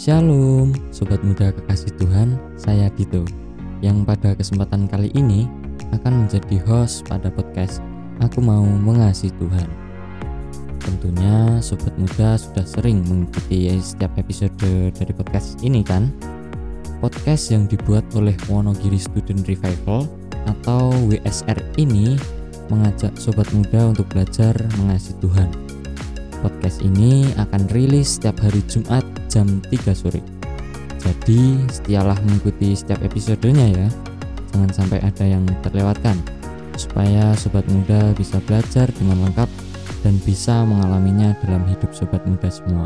Shalom, Sobat Muda Kekasih Tuhan, saya Dito, yang pada kesempatan kali ini akan menjadi host pada podcast Aku Mau Mengasihi Tuhan. Tentunya Sobat Muda sudah sering mengikuti setiap episode dari podcast ini kan? Podcast yang dibuat oleh Wonogiri Student Revival atau WSR ini mengajak Sobat Muda untuk belajar mengasihi Tuhan. Podcast ini akan rilis setiap hari Jumat jam 3 sore. Jadi setialah mengikuti setiap episodenya ya. Jangan sampai ada yang terlewatkan, supaya Sobat Muda bisa belajar dengan lengkap dan bisa mengalaminya dalam hidup Sobat Muda semua.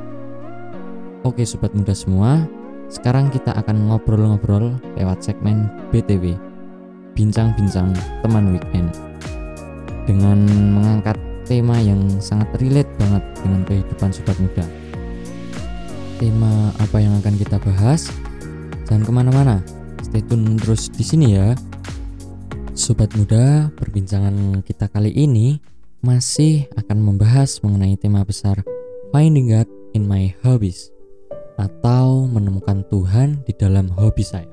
Oke Sobat Muda semua, sekarang kita akan ngobrol-ngobrol lewat segmen BTW, Bincang-bincang Teman Weekend, dengan mengangkat tema yang sangat relate banget dengan kehidupan Sobat Muda. Tema apa yang akan kita bahas? Jangan kemana-mana, stay tune terus di sini ya. Sobat Muda, perbincangan kita kali ini masih akan membahas mengenai tema besar Finding God in My Hobbies, atau menemukan Tuhan di dalam hobi saya.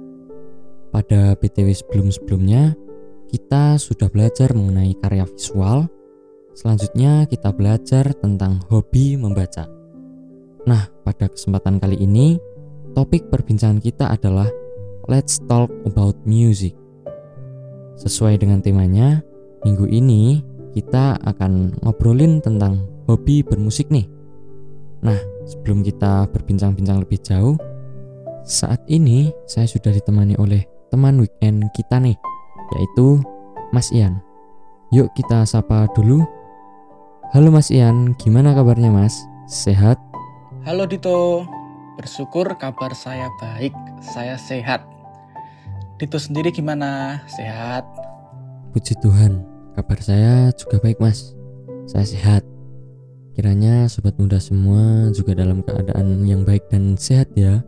Pada BTW sebelum-sebelumnya, kita sudah belajar mengenai karya visual. Selanjutnya kita belajar tentang hobi membaca. Nah, pada kesempatan kali ini, topik perbincangan kita adalah Let's Talk About Music. Sesuai dengan temanya, minggu ini kita akan ngobrolin tentang hobi bermusik nih. Nah, sebelum kita berbincang-bincang lebih jauh, saat ini saya sudah ditemani oleh teman weekend kita nih, yaitu Mas Ian. Yuk kita sapa dulu. Halo Mas Ian, gimana kabarnya Mas? Sehat? Halo Dito, bersyukur kabar saya baik, saya sehat. Dito sendiri gimana? Sehat? Puji Tuhan, kabar saya juga baik Mas. Saya sehat. Kiranya Sobat Muda semua juga dalam keadaan yang baik dan sehat ya.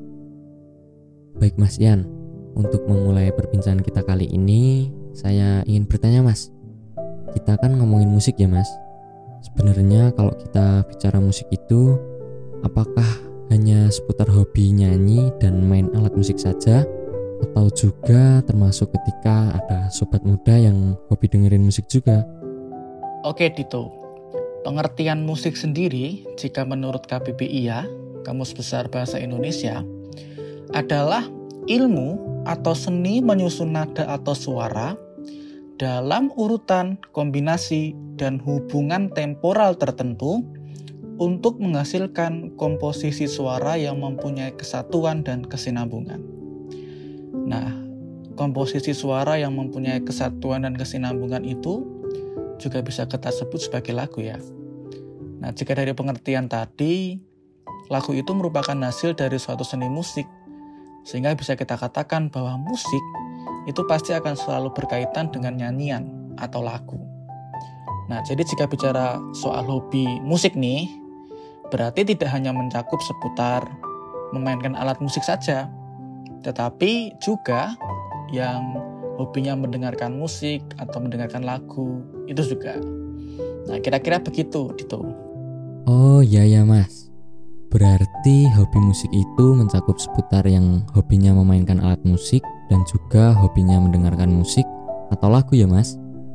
Baik Mas Ian, untuk memulai perbincangan kita kali ini, saya ingin bertanya Mas. Kita kan ngomongin musik ya Mas. Sebenarnya kalau kita bicara musik itu, apakah hanya seputar hobi nyanyi dan main alat musik saja, atau juga termasuk ketika ada sobat muda yang hobi dengerin musik juga? Oke Dito, pengertian musik sendiri jika menurut KBBI ya, Kamus Besar Bahasa Indonesia, adalah ilmu atau seni menyusun nada atau suara dalam urutan, kombinasi, dan hubungan temporal tertentu untuk menghasilkan komposisi suara yang mempunyai kesatuan dan kesinambungan. Nah, komposisi suara yang mempunyai kesatuan dan kesinambungan itu juga bisa kita sebut sebagai lagu ya. Nah, jika dari pengertian tadi, lagu itu merupakan hasil dari suatu seni musik, sehingga bisa kita katakan bahwa musik itu pasti akan selalu berkaitan dengan nyanyian atau lagu. Nah, jadi jika bicara soal hobi musik nih, berarti tidak hanya mencakup seputar memainkan alat musik saja, tetapi juga yang hobinya mendengarkan musik atau mendengarkan lagu, itu juga. Nah, kira-kira begitu, Dito. Oh iya ya Mas. Berarti hobi musik itu mencakup seputar yang hobinya memainkan alat musik dan juga hobinya mendengarkan musik atau lagu ya Mas.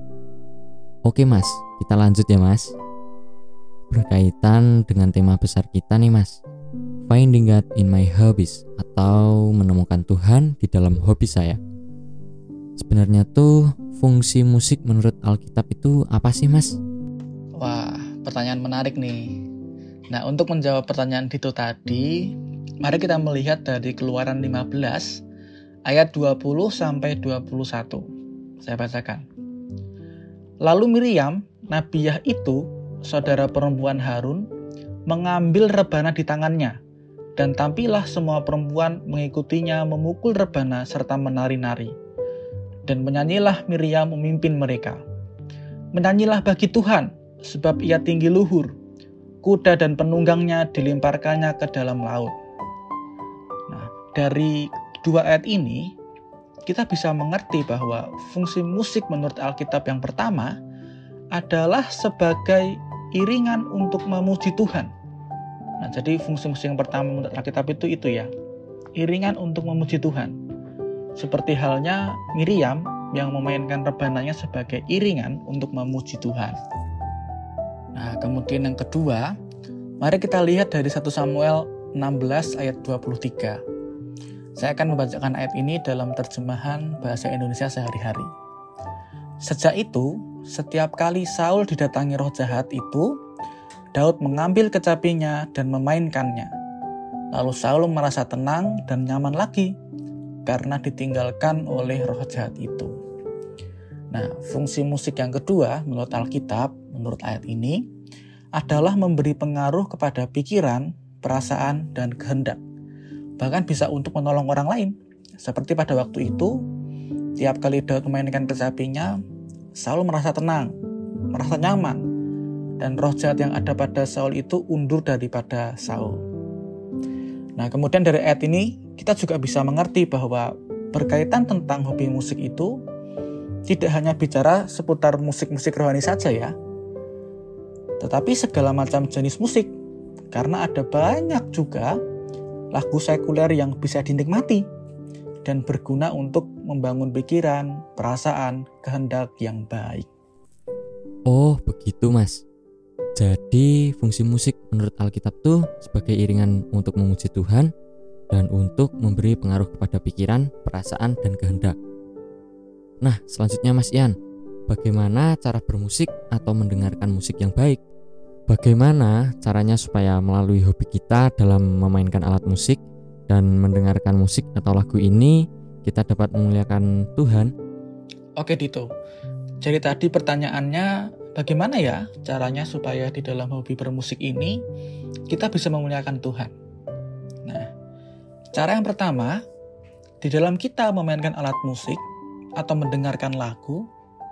Oke Mas, kita lanjut ya Mas. Berkaitan dengan tema besar kita nih Mas, Finding God in My Hobbies, atau menemukan Tuhan di dalam hobi saya. Sebenarnya tuh fungsi musik menurut Alkitab itu apa sih Mas? Wah, pertanyaan menarik nih. Nah, untuk menjawab pertanyaan Dito tadi, mari kita melihat dari Keluaran 15 ayat 20 sampai 21. Saya bacakan. Lalu Miriam, nabiyah itu, saudara perempuan Harun, mengambil rebana di tangannya, dan tampillah semua perempuan mengikutinya memukul rebana serta menari-nari. Dan menyanyilah Miriam memimpin mereka. Menyanyilah bagi Tuhan, sebab ia tinggi luhur. Kuda dan penunggangnya dilemparkannya ke dalam laut. Nah, dari dua ayat ini, kita bisa mengerti bahwa fungsi musik menurut Alkitab yang pertama adalah sebagai iringan untuk memuji Tuhan. Nah, jadi fungsi musik yang pertama menurut Alkitab itu ya, iringan untuk memuji Tuhan. Seperti halnya Miriam yang memainkan rebananya sebagai iringan untuk memuji Tuhan. Nah, kemudian yang kedua, mari kita lihat dari 1 Samuel 16 ayat 23. Saya akan membacakan ayat ini dalam terjemahan bahasa Indonesia sehari-hari. Sejak itu, setiap kali Saul didatangi roh jahat itu, Daud mengambil kecapinya dan memainkannya. Lalu Saul merasa tenang dan nyaman lagi karena ditinggalkan oleh roh jahat itu. Nah, fungsi musik yang kedua menurut Alkitab, menurut ayat ini, adalah memberi pengaruh kepada pikiran, perasaan, dan kehendak. Bahkan bisa untuk menolong orang lain. Seperti pada waktu itu, tiap kali Daud memainkan kecapinya, Saul merasa tenang, merasa nyaman, dan roh jahat yang ada pada Saul itu undur daripada Saul. Nah, kemudian dari ayat ini, kita juga bisa mengerti bahwa berkaitan tentang hobi musik itu, tidak hanya bicara seputar musik-musik rohani saja ya, tetapi segala macam jenis musik, karena ada banyak juga lagu sekuler yang bisa dinikmati dan berguna untuk membangun pikiran, perasaan, kehendak yang baik. Oh, begitu Mas. Jadi fungsi musik menurut Alkitab tuh sebagai iringan untuk memuji Tuhan dan untuk memberi pengaruh kepada pikiran, perasaan, dan kehendak. Nah, selanjutnya Mas Ian, bagaimana cara bermusik atau mendengarkan musik yang baik? Bagaimana caranya supaya melalui hobi kita dalam memainkan alat musik dan mendengarkan musik atau lagu ini kita dapat memuliakan Tuhan? Oke Dito, jadi tadi pertanyaannya bagaimana ya caranya supaya di dalam hobi bermusik ini kita bisa memuliakan Tuhan? Nah, cara yang pertama, di dalam kita memainkan alat musik atau mendengarkan lagu,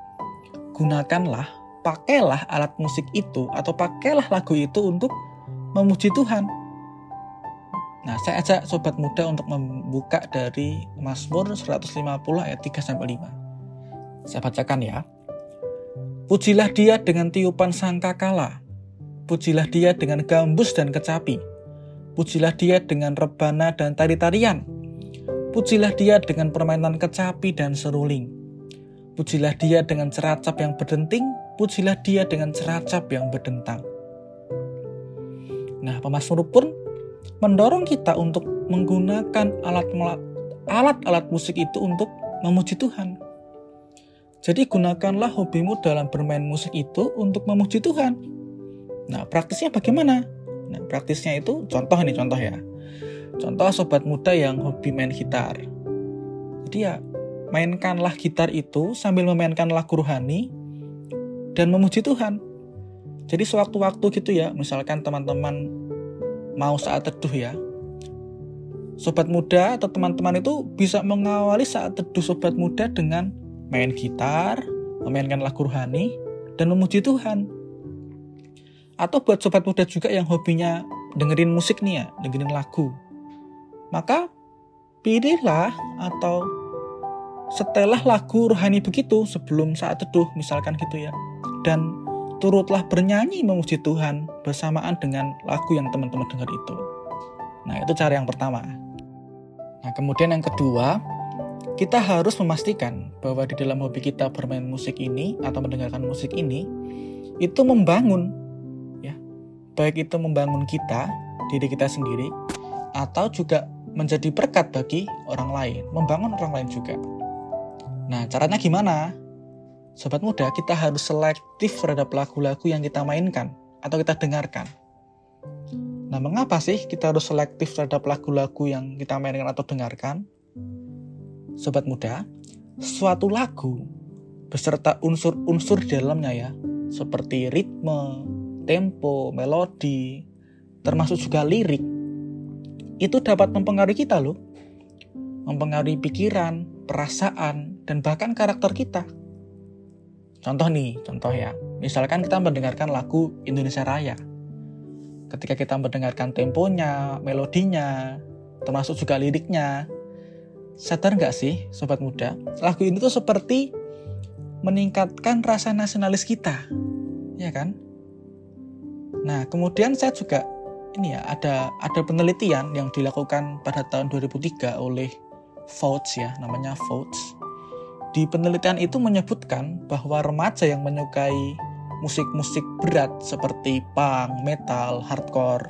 pakailah alat musik itu atau pakailah lagu itu untuk memuji Tuhan. Nah, saya ajak sobat muda untuk membuka dari Mazmur 150 ayat 3-5. Saya bacakan ya. Pujilah Dia dengan tiupan sangkakala. Pujilah Dia dengan gambus dan kecapi. Pujilah Dia dengan rebana dan tari-tarian. Pujilah Dia dengan permainan kecapi dan seruling. Pujilah Dia dengan ceracap yang berdenting, pujilah Dia dengan ceracap yang berdentang. Nah, pemazmur pun mendorong kita untuk menggunakan alat-alat musik itu untuk memuji Tuhan. Jadi gunakanlah hobimu dalam bermain musik itu untuk memuji Tuhan. Nah, praktisnya bagaimana? Nah, praktisnya itu contoh ya. Contoh sobat muda yang hobi main gitar. Jadi ya, mainkanlah gitar itu sambil memainkan lagu rohani dan memuji Tuhan. Jadi sewaktu-waktu gitu ya, misalkan teman-teman mau saat teduh ya, sobat muda atau teman-teman itu bisa mengawali saat teduh sobat muda dengan main gitar, memainkan lagu rohani, dan memuji Tuhan. Atau buat sobat muda juga yang hobinya dengerin musik nih ya, dengerin lagu, maka pilihlah atau setelah lagu rohani begitu sebelum saat teduh misalkan gitu ya, dan turutlah bernyanyi memuji Tuhan bersamaan dengan lagu yang teman-teman dengar itu. Nah, itu cara yang pertama. Nah, kemudian yang kedua, kita harus memastikan bahwa di dalam hobi kita bermain musik ini atau mendengarkan musik ini itu membangun ya, baik itu membangun kita, diri kita sendiri, atau juga menjadi berkat bagi orang lain, membangun orang lain juga. Nah, caranya gimana? Sobat muda, kita harus selektif terhadap lagu-lagu yang kita mainkan atau kita dengarkan. Nah, mengapa sih kita harus selektif terhadap lagu-lagu yang kita mainkan atau dengarkan? Sobat muda, suatu lagu beserta unsur-unsur di dalamnya ya, seperti ritme, tempo, melodi, termasuk juga lirik, itu dapat mempengaruhi kita loh. Mempengaruhi pikiran, perasaan, dan bahkan karakter kita. Contoh ya. Misalkan kita mendengarkan lagu Indonesia Raya. Ketika kita mendengarkan temponya, melodinya, termasuk juga liriknya, sadar nggak sih sobat muda, lagu ini tuh seperti meningkatkan rasa nasionalis kita, ya kan? Nah, kemudian saya juga ada penelitian yang dilakukan pada tahun 2003 oleh Vought ya, namanya Vought. Di penelitian itu menyebutkan bahwa remaja yang menyukai musik-musik berat seperti punk, metal, hardcore,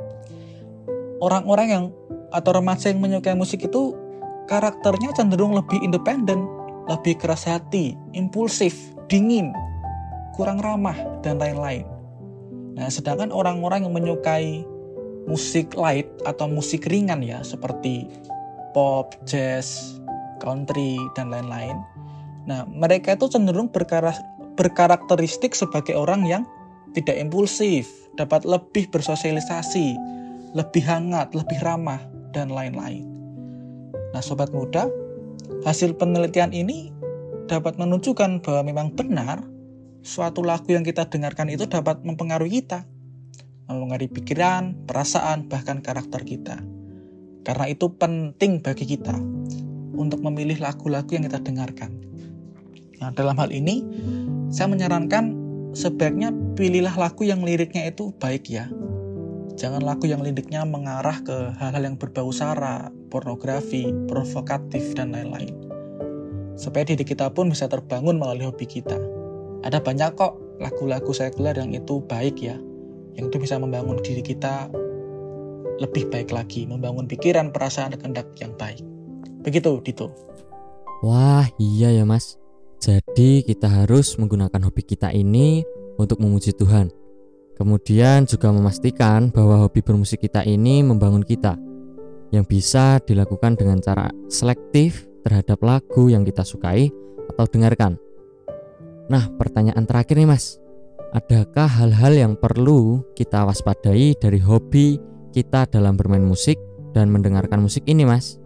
orang-orang atau remaja yang menyukai musik itu karakternya cenderung lebih independen, lebih keras hati, impulsif, dingin, kurang ramah, dan lain-lain. Nah, sedangkan orang-orang yang menyukai musik light atau musik ringan ya, seperti pop, jazz, country, dan lain-lain. Nah, mereka itu cenderung berkarakteristik sebagai orang yang tidak impulsif, dapat lebih bersosialisasi, lebih hangat, lebih ramah, dan lain-lain. Nah, sobat muda, hasil penelitian ini dapat menunjukkan bahwa memang benar suatu lagu yang kita dengarkan itu dapat mempengaruhi kita, mempengaruhi pikiran, perasaan, bahkan karakter kita. Karena itu penting bagi kita untuk memilih lagu-lagu yang kita dengarkan. Nah, dalam hal ini saya menyarankan sebaiknya pilihlah lagu yang liriknya itu baik ya. Jangan lagu yang liriknya mengarah ke hal-hal yang berbau sara, pornografi, provokatif, dan lain-lain. Supaya diri kita pun bisa terbangun melalui hobi kita. Ada banyak kok lagu-lagu sekuler yang itu baik ya, yang itu bisa membangun diri kita lebih baik lagi, membangun pikiran, perasaan, dan kehendak yang baik. Begitu, Dito. Wah, iya ya Mas. Jadi kita harus menggunakan hobi kita ini untuk memuji Tuhan. Kemudian juga memastikan bahwa hobi bermusik kita ini membangun kita, yang bisa dilakukan dengan cara selektif terhadap lagu yang kita sukai atau dengarkan. Nah, pertanyaan terakhir nih Mas, adakah hal-hal yang perlu kita waspadai dari hobi kita dalam bermain musik dan mendengarkan musik ini Mas?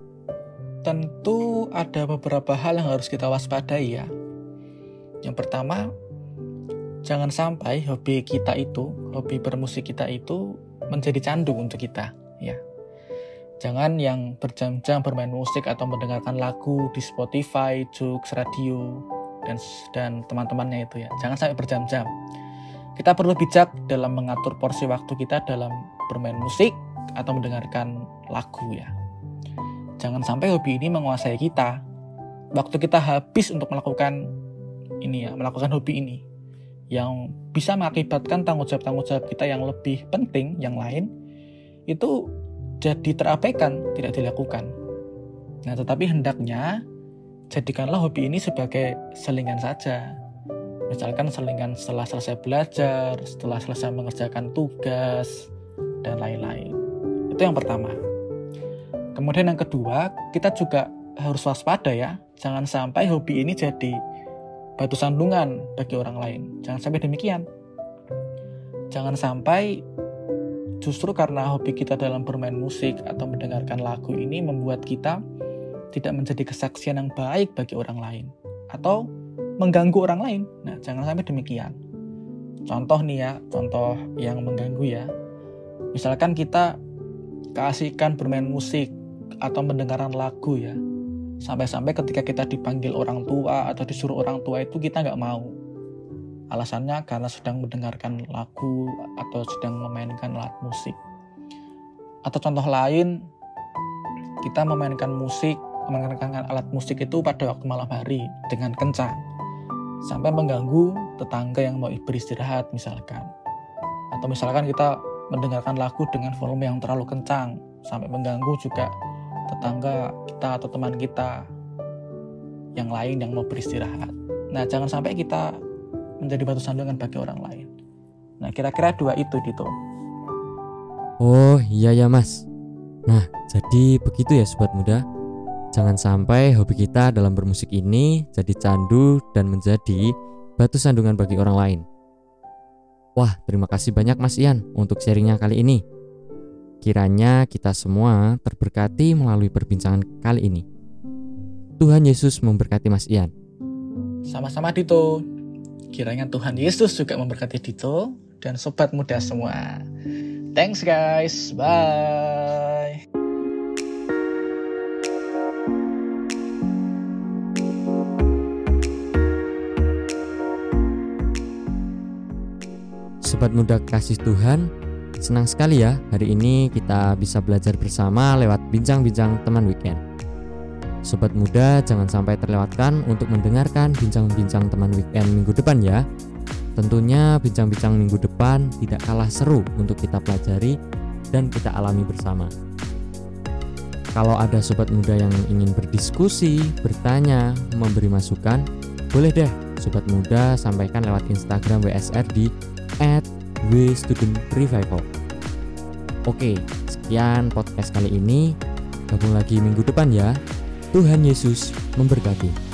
Tentu ada beberapa hal yang harus kita waspadai ya. Yang pertama, jangan sampai hobi kita itu, hobi bermusik kita itu menjadi candu untuk kita ya. Jangan yang berjam-jam bermain musik atau mendengarkan lagu di Spotify, Joox, radio, dan teman-temannya itu ya. Jangan sampai berjam-jam. Kita perlu bijak dalam mengatur porsi waktu kita dalam bermain musik atau mendengarkan lagu ya. Jangan sampai hobi ini menguasai kita. Waktu kita habis untuk melakukan hobi ini, yang bisa mengakibatkan tanggung jawab kita yang lebih penting, yang lain, itu jadi terabaikan, tidak dilakukan. Nah, tetapi hendaknya jadikanlah hobi ini sebagai selingan saja. Misalkan selingan setelah selesai belajar, setelah selesai mengerjakan tugas, dan lain-lain. Itu yang pertama. Kemudian yang kedua, kita juga harus waspada ya. Jangan sampai hobi ini jadi batu sandungan bagi orang lain. Jangan sampai demikian. Jangan sampai justru karena hobi kita dalam bermain musik atau mendengarkan lagu ini membuat kita tidak menjadi kesaksian yang baik bagi orang lain atau mengganggu orang lain. Nah, jangan sampai demikian. Contoh yang mengganggu ya. Misalkan kita keasikan bermain musik atau mendengarkan lagu ya. Sampai-sampai ketika kita dipanggil orang tua atau disuruh orang tua itu kita nggak mau. Alasannya karena sedang mendengarkan lagu atau sedang memainkan alat musik. Atau contoh lain, kita memainkan alat musik itu pada waktu malam hari dengan kencang. Sampai mengganggu tetangga yang mau beristirahat misalkan. Atau misalkan kita mendengarkan lagu dengan volume yang terlalu kencang. Sampai mengganggu juga tetangga kita atau teman kita yang lain yang mau beristirahat. Nah, jangan sampai kita menjadi batu sandungan bagi orang lain. Nah, kira-kira dua itu, Dito. Oh iya ya Mas. Nah, jadi begitu ya sobat muda. Jangan sampai hobi kita dalam bermusik ini jadi candu dan menjadi batu sandungan bagi orang lain. Wah, terima kasih banyak Mas Ian untuk sharingnya kali ini. Kiranya kita semua terberkati melalui perbincangan kali ini. Tuhan Yesus memberkati Mas Ian. Sama-sama Dito. Kiranya Tuhan Yesus juga memberkati Dito dan sobat muda semua. Thanks guys. Bye. Sobat muda kasih Tuhan, Senang sekali ya, hari ini kita bisa belajar bersama lewat bincang-bincang teman weekend. Sobat muda, jangan sampai terlewatkan untuk mendengarkan bincang-bincang teman weekend minggu depan ya. Tentunya bincang-bincang minggu depan tidak kalah seru untuk kita pelajari dan kita alami bersama. Kalau ada sobat muda yang ingin berdiskusi, bertanya, memberi masukan, boleh deh sobat muda sampaikan lewat Instagram WSR di @wstudentrevival. Oke, sekian podcast kali ini. Gabung lagi minggu depan ya. Tuhan Yesus memberkati.